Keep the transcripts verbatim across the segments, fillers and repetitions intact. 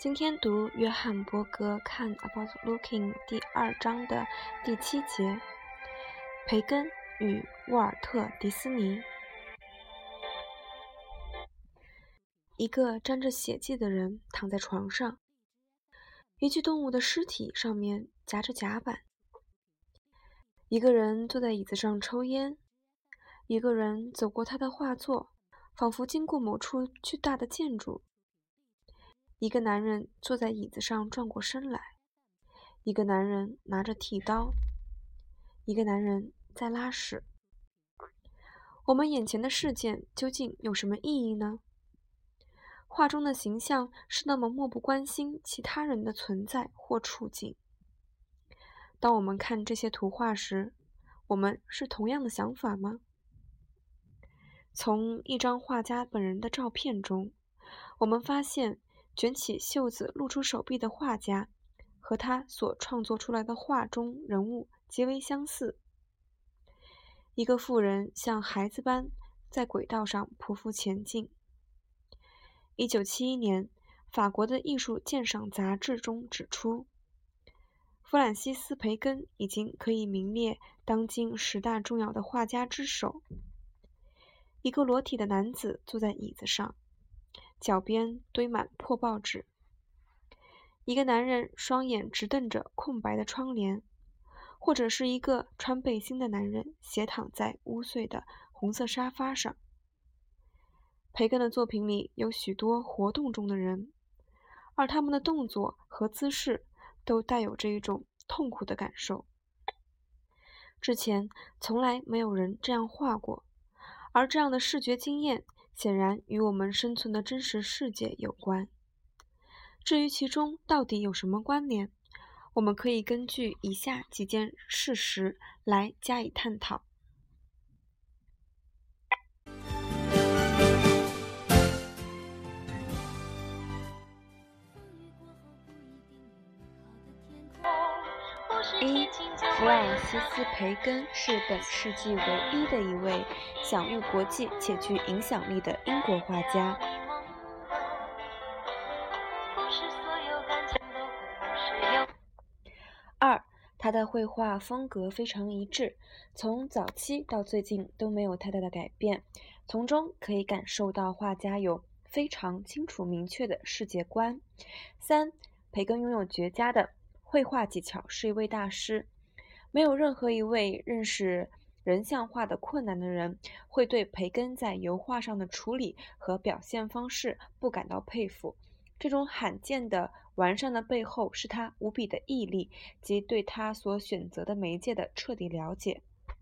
今天读约翰伯格看 About Looking 第二章的第七节，培根与沃尔特迪斯尼。一个沾着血迹的人躺在床上，一具动物的尸体上面夹着甲板。一个人坐在椅子上抽烟，一个人走过他的画作，仿佛经过某处巨大的建筑。一个男人坐在椅子上转过身来，一个男人拿着剃刀，一个男人在拉屎。我们眼前的事件究竟有什么意义呢？画中的形象是那么漠不关心其他人的存在或处境。当我们看这些图画时，我们是同样的想法吗？从一张画家本人的照片中，我们发现卷起袖子露出手臂的画家和他所创作出来的画中人物极为相似。一个妇人像孩子般在轨道上匍匐前进。一九七一年，法国的艺术鉴赏杂志中指出，弗兰西斯·培根已经可以名列当今十大重要的画家之首。一个裸体的男子坐在椅子上，脚边堆满破报纸。一个男人双眼直瞪着空白的窗帘，或者是一个穿背心的男人斜躺在污秽的红色沙发上。培根的作品里有许多活动中的人，而他们的动作和姿势都带有这一种痛苦的感受。之前从来没有人这样画过，而这样的视觉经验显然与我们生存的真实世界有关。至于其中到底有什么关联，我们可以根据以下几件事实来加以探讨。一，弗朗西斯·培根是本世纪唯一的一位享誉国际且具影响力的英国画家。二，他的绘画风格非常一致，从早期到最近都没有太大的改变，从中可以感受到画家有非常清楚明确的世界观。三，培根拥有绝佳的绘画技巧，是一位大师。没有任何一位认识人像画的困难的人会对培根在油画上的处理和表现方式不感到佩服。这种罕见的完善的背后是他无比的毅力及对他所选择的媒介的彻底了解。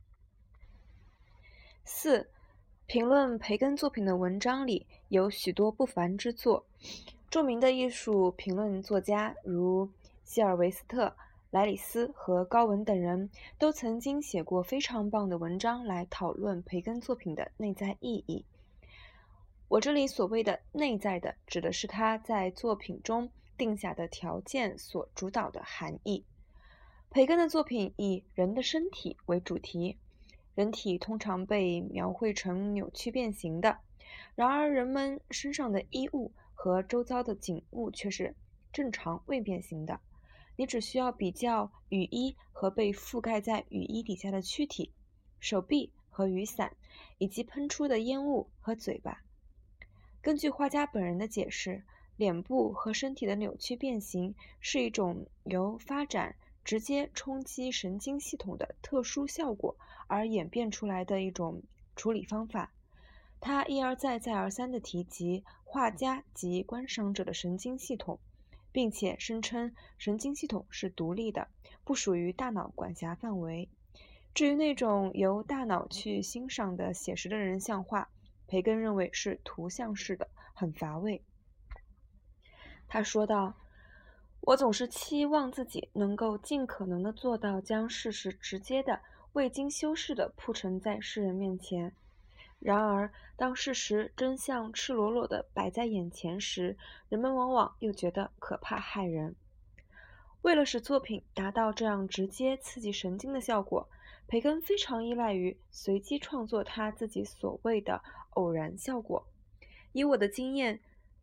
四，评论培根作品的文章里有许多不凡之作。著名的艺术评论作家如希尔维斯特、莱里斯和高文等人都曾经写过非常棒的文章来讨论培根作品的内在意义。我这里所谓的内在的，指的是他在作品中定下的条件所主导的含义。培根的作品以人的身体为主题，人体通常被描绘成扭曲变形的，然而人们身上的衣物和周遭的景物却是正常未变形的。你只需要比较雨衣和被覆盖在雨衣底下的躯体、手臂和雨伞，以及喷出的烟雾和嘴巴。根据画家本人的解释，脸部和身体的扭曲变形是一种由发展直接冲击神经系统的特殊效果而演变出来的一种处理方法。他一而再再而三地提及画家及观赏者的神经系统，并且声称神经系统是独立的，不属于大脑管辖范围。至于那种由大脑去欣赏的写实的人像画，培根认为是图像式的，很乏味。他说道，我总是期望自己能够尽可能地做到将事实直接的、未经修饰的铺陈在世人面前。然而，当事实真相赤裸裸地摆在眼前时，人们往往又觉得可怕骇人。为了使作品达到这样直接刺激神经的效果，培根非常依赖于随机创作他自己所谓的偶然效果。以我的经验，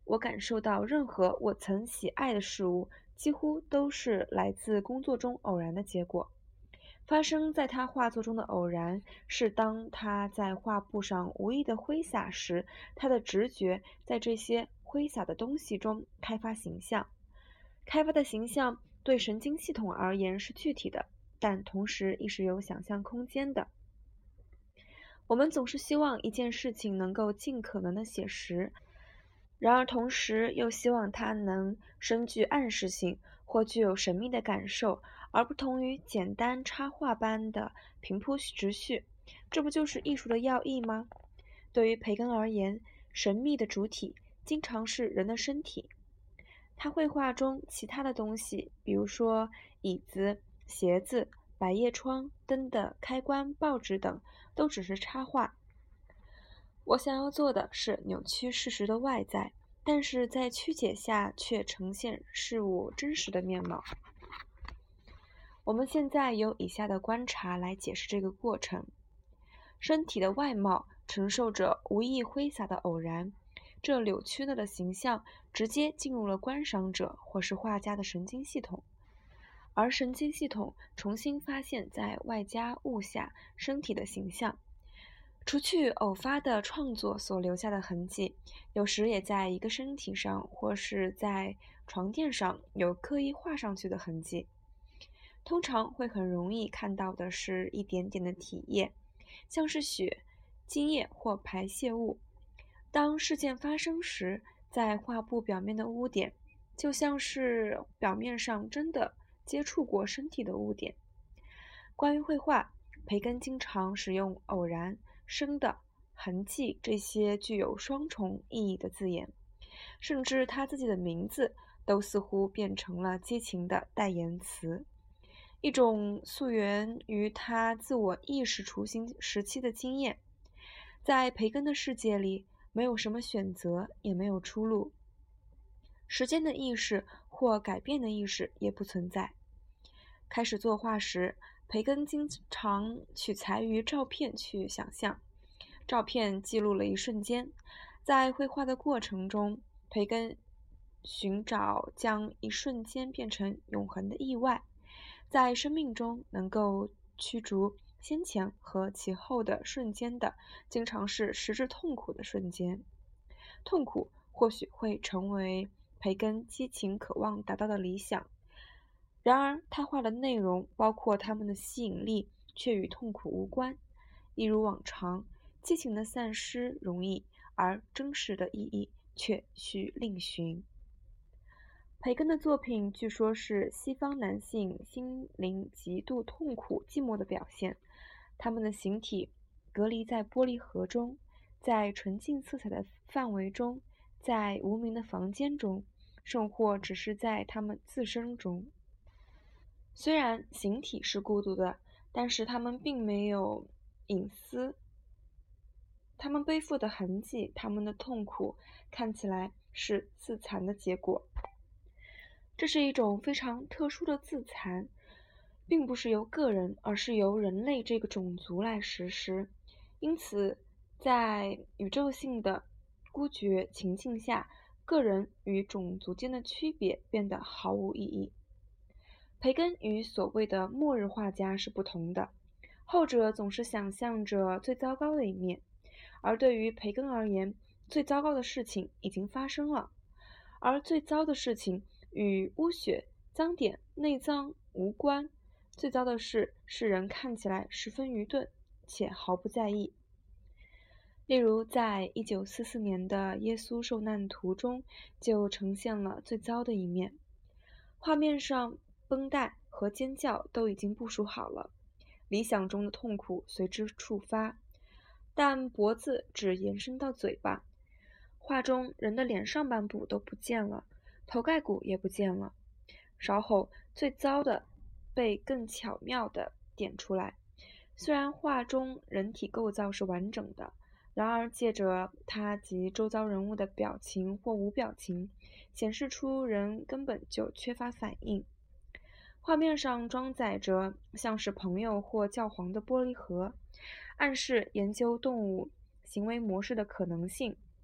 我感受到任何我曾喜爱的事物，几乎都是来自工作中偶然的结果。发生在他画作中的偶然，是当他在画布上无意地挥洒时，他的直觉在这些挥洒的东西中开发形象。开发的形象对神经系统而言是具体的，但同时亦是有想象空间的。我们总是希望一件事情能够尽可能的写实，然而同时又希望它能深具暗示性或具有神秘的感受，而不同于简单插画般的平铺直叙。这不就是艺术的要义吗？对于培根而言，神秘的主体经常是人的身体。他绘画中其他的东西，比如说椅子、鞋子、百叶窗、灯的开关、报纸等，都只是插画。我想要做的是扭曲事实的外在，但是在曲解下却呈现事物真实的面貌。我们现在有以下的观察来解释这个过程。身体的外貌承受着无意挥洒的偶然，这扭曲了的形象直接进入了观赏者或是画家的神经系统，而神经系统重新发现在外加物下身体的形象。除去偶发的创作所留下的痕迹，有时也在一个身体上或是在床垫上有刻意画上去的痕迹。通常会很容易看到的是一点点的体液，像是血、精液或排泄物。当事件发生时，在画布表面的污点，就像是表面上真的接触过身体的污点。关于绘画，培根经常使用偶然、生的、痕迹这些具有双重意义的字眼，甚至他自己的名字都似乎变成了激情的代言词，一种溯源于他自我意识雏形时期的经验。在培根的世界里，没有什么选择，也没有出路。时间的意识或改变的意识也不存在。开始作画时，培根经常取材于照片去想象。照片记录了一瞬间，在绘画的过程中，培根寻找将一瞬间变成永恒的意外，在生命中能够驱逐先前和其后的瞬间的，经常是实质痛苦的瞬间。痛苦或许会成为培根激情渴望达到的理想，然而他画的内容，包括他们的吸引力，却与痛苦无关。一如往常，激情的散失容易，而真实的意义却需另寻。培根的作品据说是西方男性心灵极度痛苦寂寞的表现，他们的形体隔离在玻璃盒中，在纯净色彩的范围中，在无名的房间中，甚或只是在他们自身中。虽然形体是孤独的，但是他们并没有隐私，他们背负的痕迹，他们的痛苦，看起来是自残的结果。这是一种非常特殊的自残，并不是由个人，而是由人类这个种族来实施。因此，在宇宙性的孤绝情境下，个人与种族间的区别变得毫无意义。培根与所谓的末日画家是不同的，后者总是想象着最糟糕的一面，而对于培根而言，最糟糕的事情已经发生了，而最糟的事情与污血、脏点、内脏无关。最糟的是，世人看起来十分愚钝，且毫不在意。例如，在一九四四年的耶稣受难图中，就呈现了最糟的一面。画面上，绷带和尖叫都已经部署好了，理想中的痛苦随之触发，但脖子只延伸到嘴巴。画中人的脸上半部都不见了，头盖骨也不见了。稍后，最糟的被更巧妙地点出来。虽然画中人体构造是完整的，然而借着他及周遭人物的表情或无表情，显示出人根本就缺乏反应。画面上装载着像是朋友或教皇的玻璃盒，暗示研究动物行为模式的可能性。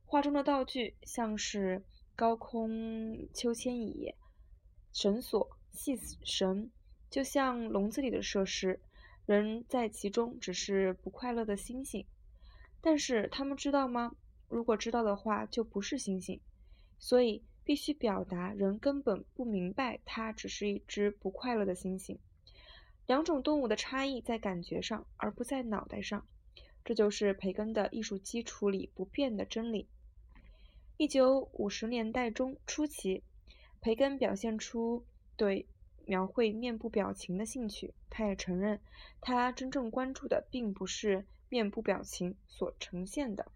画中的道具像是高空秋千椅、绳索、细绳，就像笼子里的设施，人在其中只是不快乐的星星。但是他们知道吗？如果知道的话，就不是星星。所以必须表达人根本不明白它只是一只不快乐的星星。两种动物的差异在感觉上，而不在脑袋上。这就是培根的艺术基础里不变的真理。一九五十年代中初期，培根表现出对描绘面部表情的兴趣。他也承认，他真正关注的并不是面部表情所呈现的。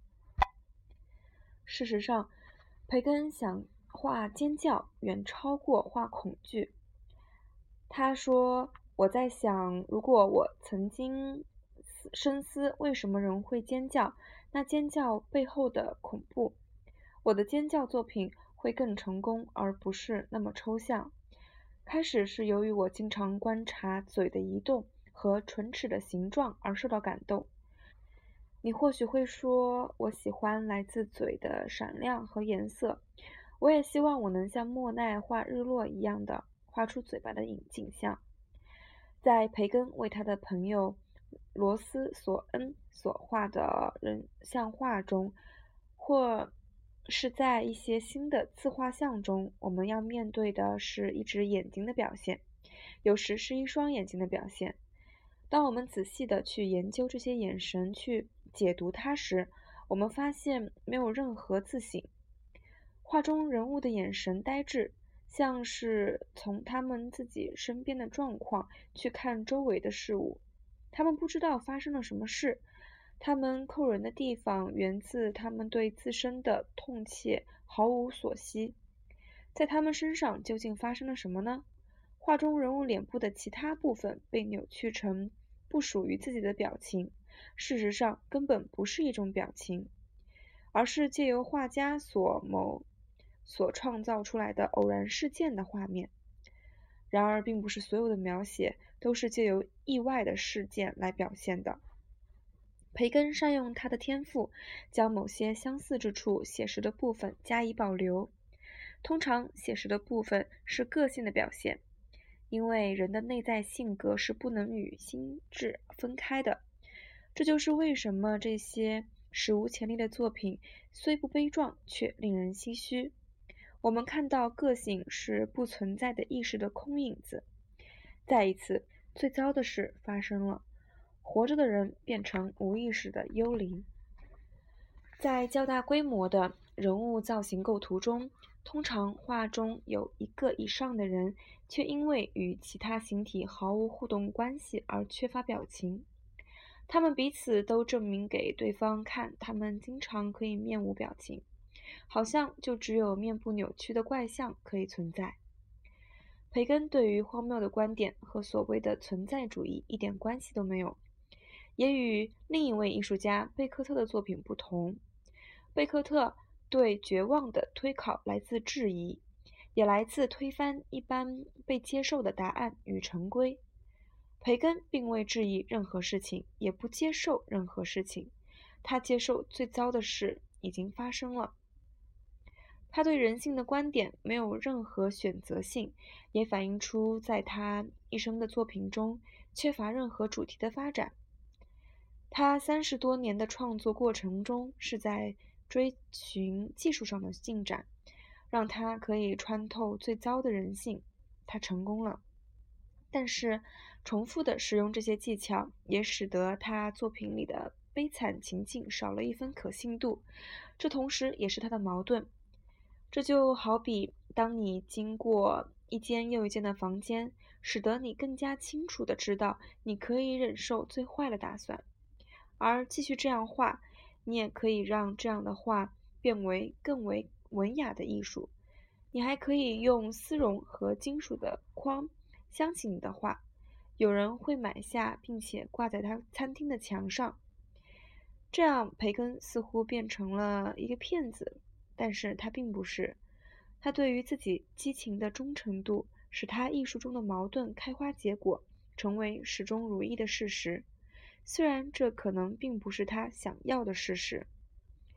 事实上，培根想画尖叫远超过画恐惧。他说：“我在想，如果我曾经深思为什么人会尖叫，那尖叫背后的恐怖，我的尖叫作品会更成功，而不是那么抽象。开始是由于我经常观察嘴的移动和唇齿的形状而受到感动。你或许会说，我喜欢来自嘴的闪亮和颜色，我也希望我能像莫奈画日落一样的画出嘴巴的影景象。”在培根为他的朋友罗斯索恩所画的人像画中，或是在一些新的自画像中，我们要面对的是一只眼睛的表现，有时是一双眼睛的表现。当我们仔细地去研究这些眼神，去解读它时，我们发现没有任何自省。画中人物的眼神呆滞，像是从他们自己身边的状况去看周围的事物。他们不知道发生了什么事，他们扣人的地方源自他们对自身的痛切毫无所悉。在他们身上究竟发生了什么呢？画中人物脸部的其他部分被扭曲成不属于自己的表情，事实上根本不是一种表情，而是借由画家所谋所创造出来的偶然事件的画面。然而并不是所有的描写都是借由意外的事件来表现的。培根善用他的天赋，将某些相似之处写实的部分加以保留。通常写实的部分是个性的表现，因为人的内在性格是不能与心智分开的。这就是为什么这些史无前例的作品虽不悲壮，却令人唏嘘。我们看到个性是不存在的意识的空影子。再一次，最糟的事发生了，活着的人变成无意识的幽灵。在较大规模的人物造型构图中，通常画中有一个以上的人，却因为与其他形体毫无互动关系而缺乏表情。他们彼此都证明给对方看，他们经常可以面无表情，好像就只有面部扭曲的怪象可以存在。培根对于荒谬的观点和所谓的存在主义一点关系都没有，也与另一位艺术家贝克特的作品不同。贝克特对绝望的推考来自质疑，也来自推翻一般被接受的答案与成规。培根并未质疑任何事情，也不接受任何事情，他接受最糟的事已经发生了。他对人性的观点没有任何选择性，也反映出在他一生的作品中缺乏任何主题的发展。他三十多年的创作过程中是在追寻技术上的进展，让他可以穿透最糟的人性。他成功了，但是重复的使用这些技巧也使得他作品里的悲惨情境少了一分可信度，这同时也是他的矛盾。这就好比当你经过一间又一间的房间，使得你更加清楚地知道你可以忍受最坏的打算，而继续这样画，你也可以让这样的画变为更为文雅的艺术。你还可以用丝绒和金属的框镶起你的画，有人会买下并且挂在他餐厅的墙上。这样培根似乎变成了一个骗子，但是他并不是。他对于自己激情的忠诚度，使他艺术中的矛盾开花结果，成为始终如一的事实，虽然这可能并不是他想要的事实。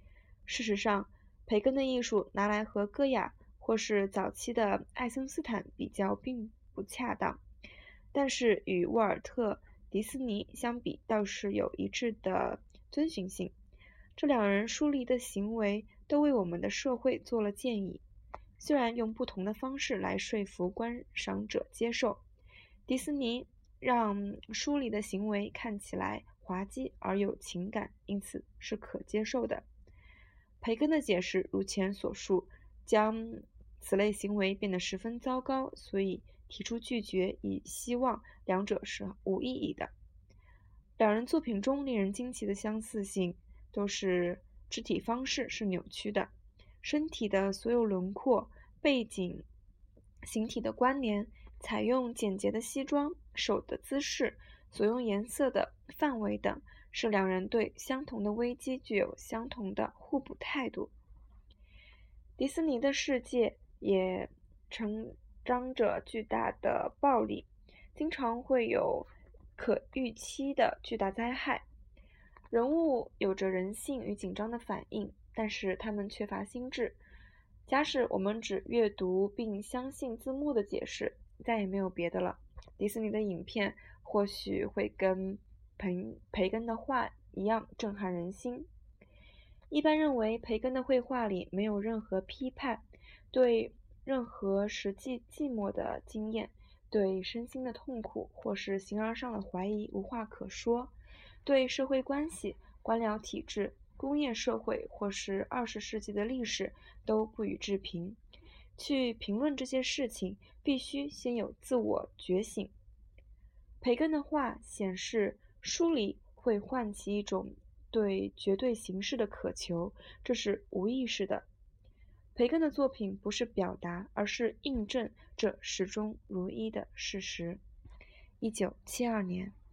事实上，培根的艺术拿来和戈雅或是早期的爱森斯坦比较并不恰当，但是与沃尔特、迪斯尼相比，倒是有一致的遵循性。这两人树立的行为都为我们的社会做了建议，虽然用不同的方式来说服观赏者接受。迪斯尼让书里的行为看起来滑稽而有情感，因此是可接受的。培根的解释如前所述，将此类行为变得十分糟糕，所以提出拒绝，以希望两者是无意义的。两人作品中令人惊奇的相似性，都是肢体方式是扭曲的，身体的所有轮廓、背景、形体的关联，采用简洁的西装、手的姿势、所用颜色的范围等，是两人对相同的危机具有相同的互补态度。迪士尼的世界也承张着巨大的暴力，经常会有可预期的巨大灾害。人物有着人性与紧张的反应，但是他们缺乏心智。假使我们只阅读并相信字幕的解释，再也没有别的了。迪士尼的影片或许会跟培培根的画一样震撼人心。一般认为，培根的绘画里没有任何批判，对任何实际寂寞的经验，对身心的痛苦或是形而上的怀疑无话可说，对社会关系、官僚体制、工业社会或是二十世纪的历史都不予置评。去评论这些事情，必须先有自我觉醒。培根的画显示，书里会唤起一种对绝对形式的渴求，这是无意识的。培根的作品不是表达，而是印证这始终如一的事实。一九七二年。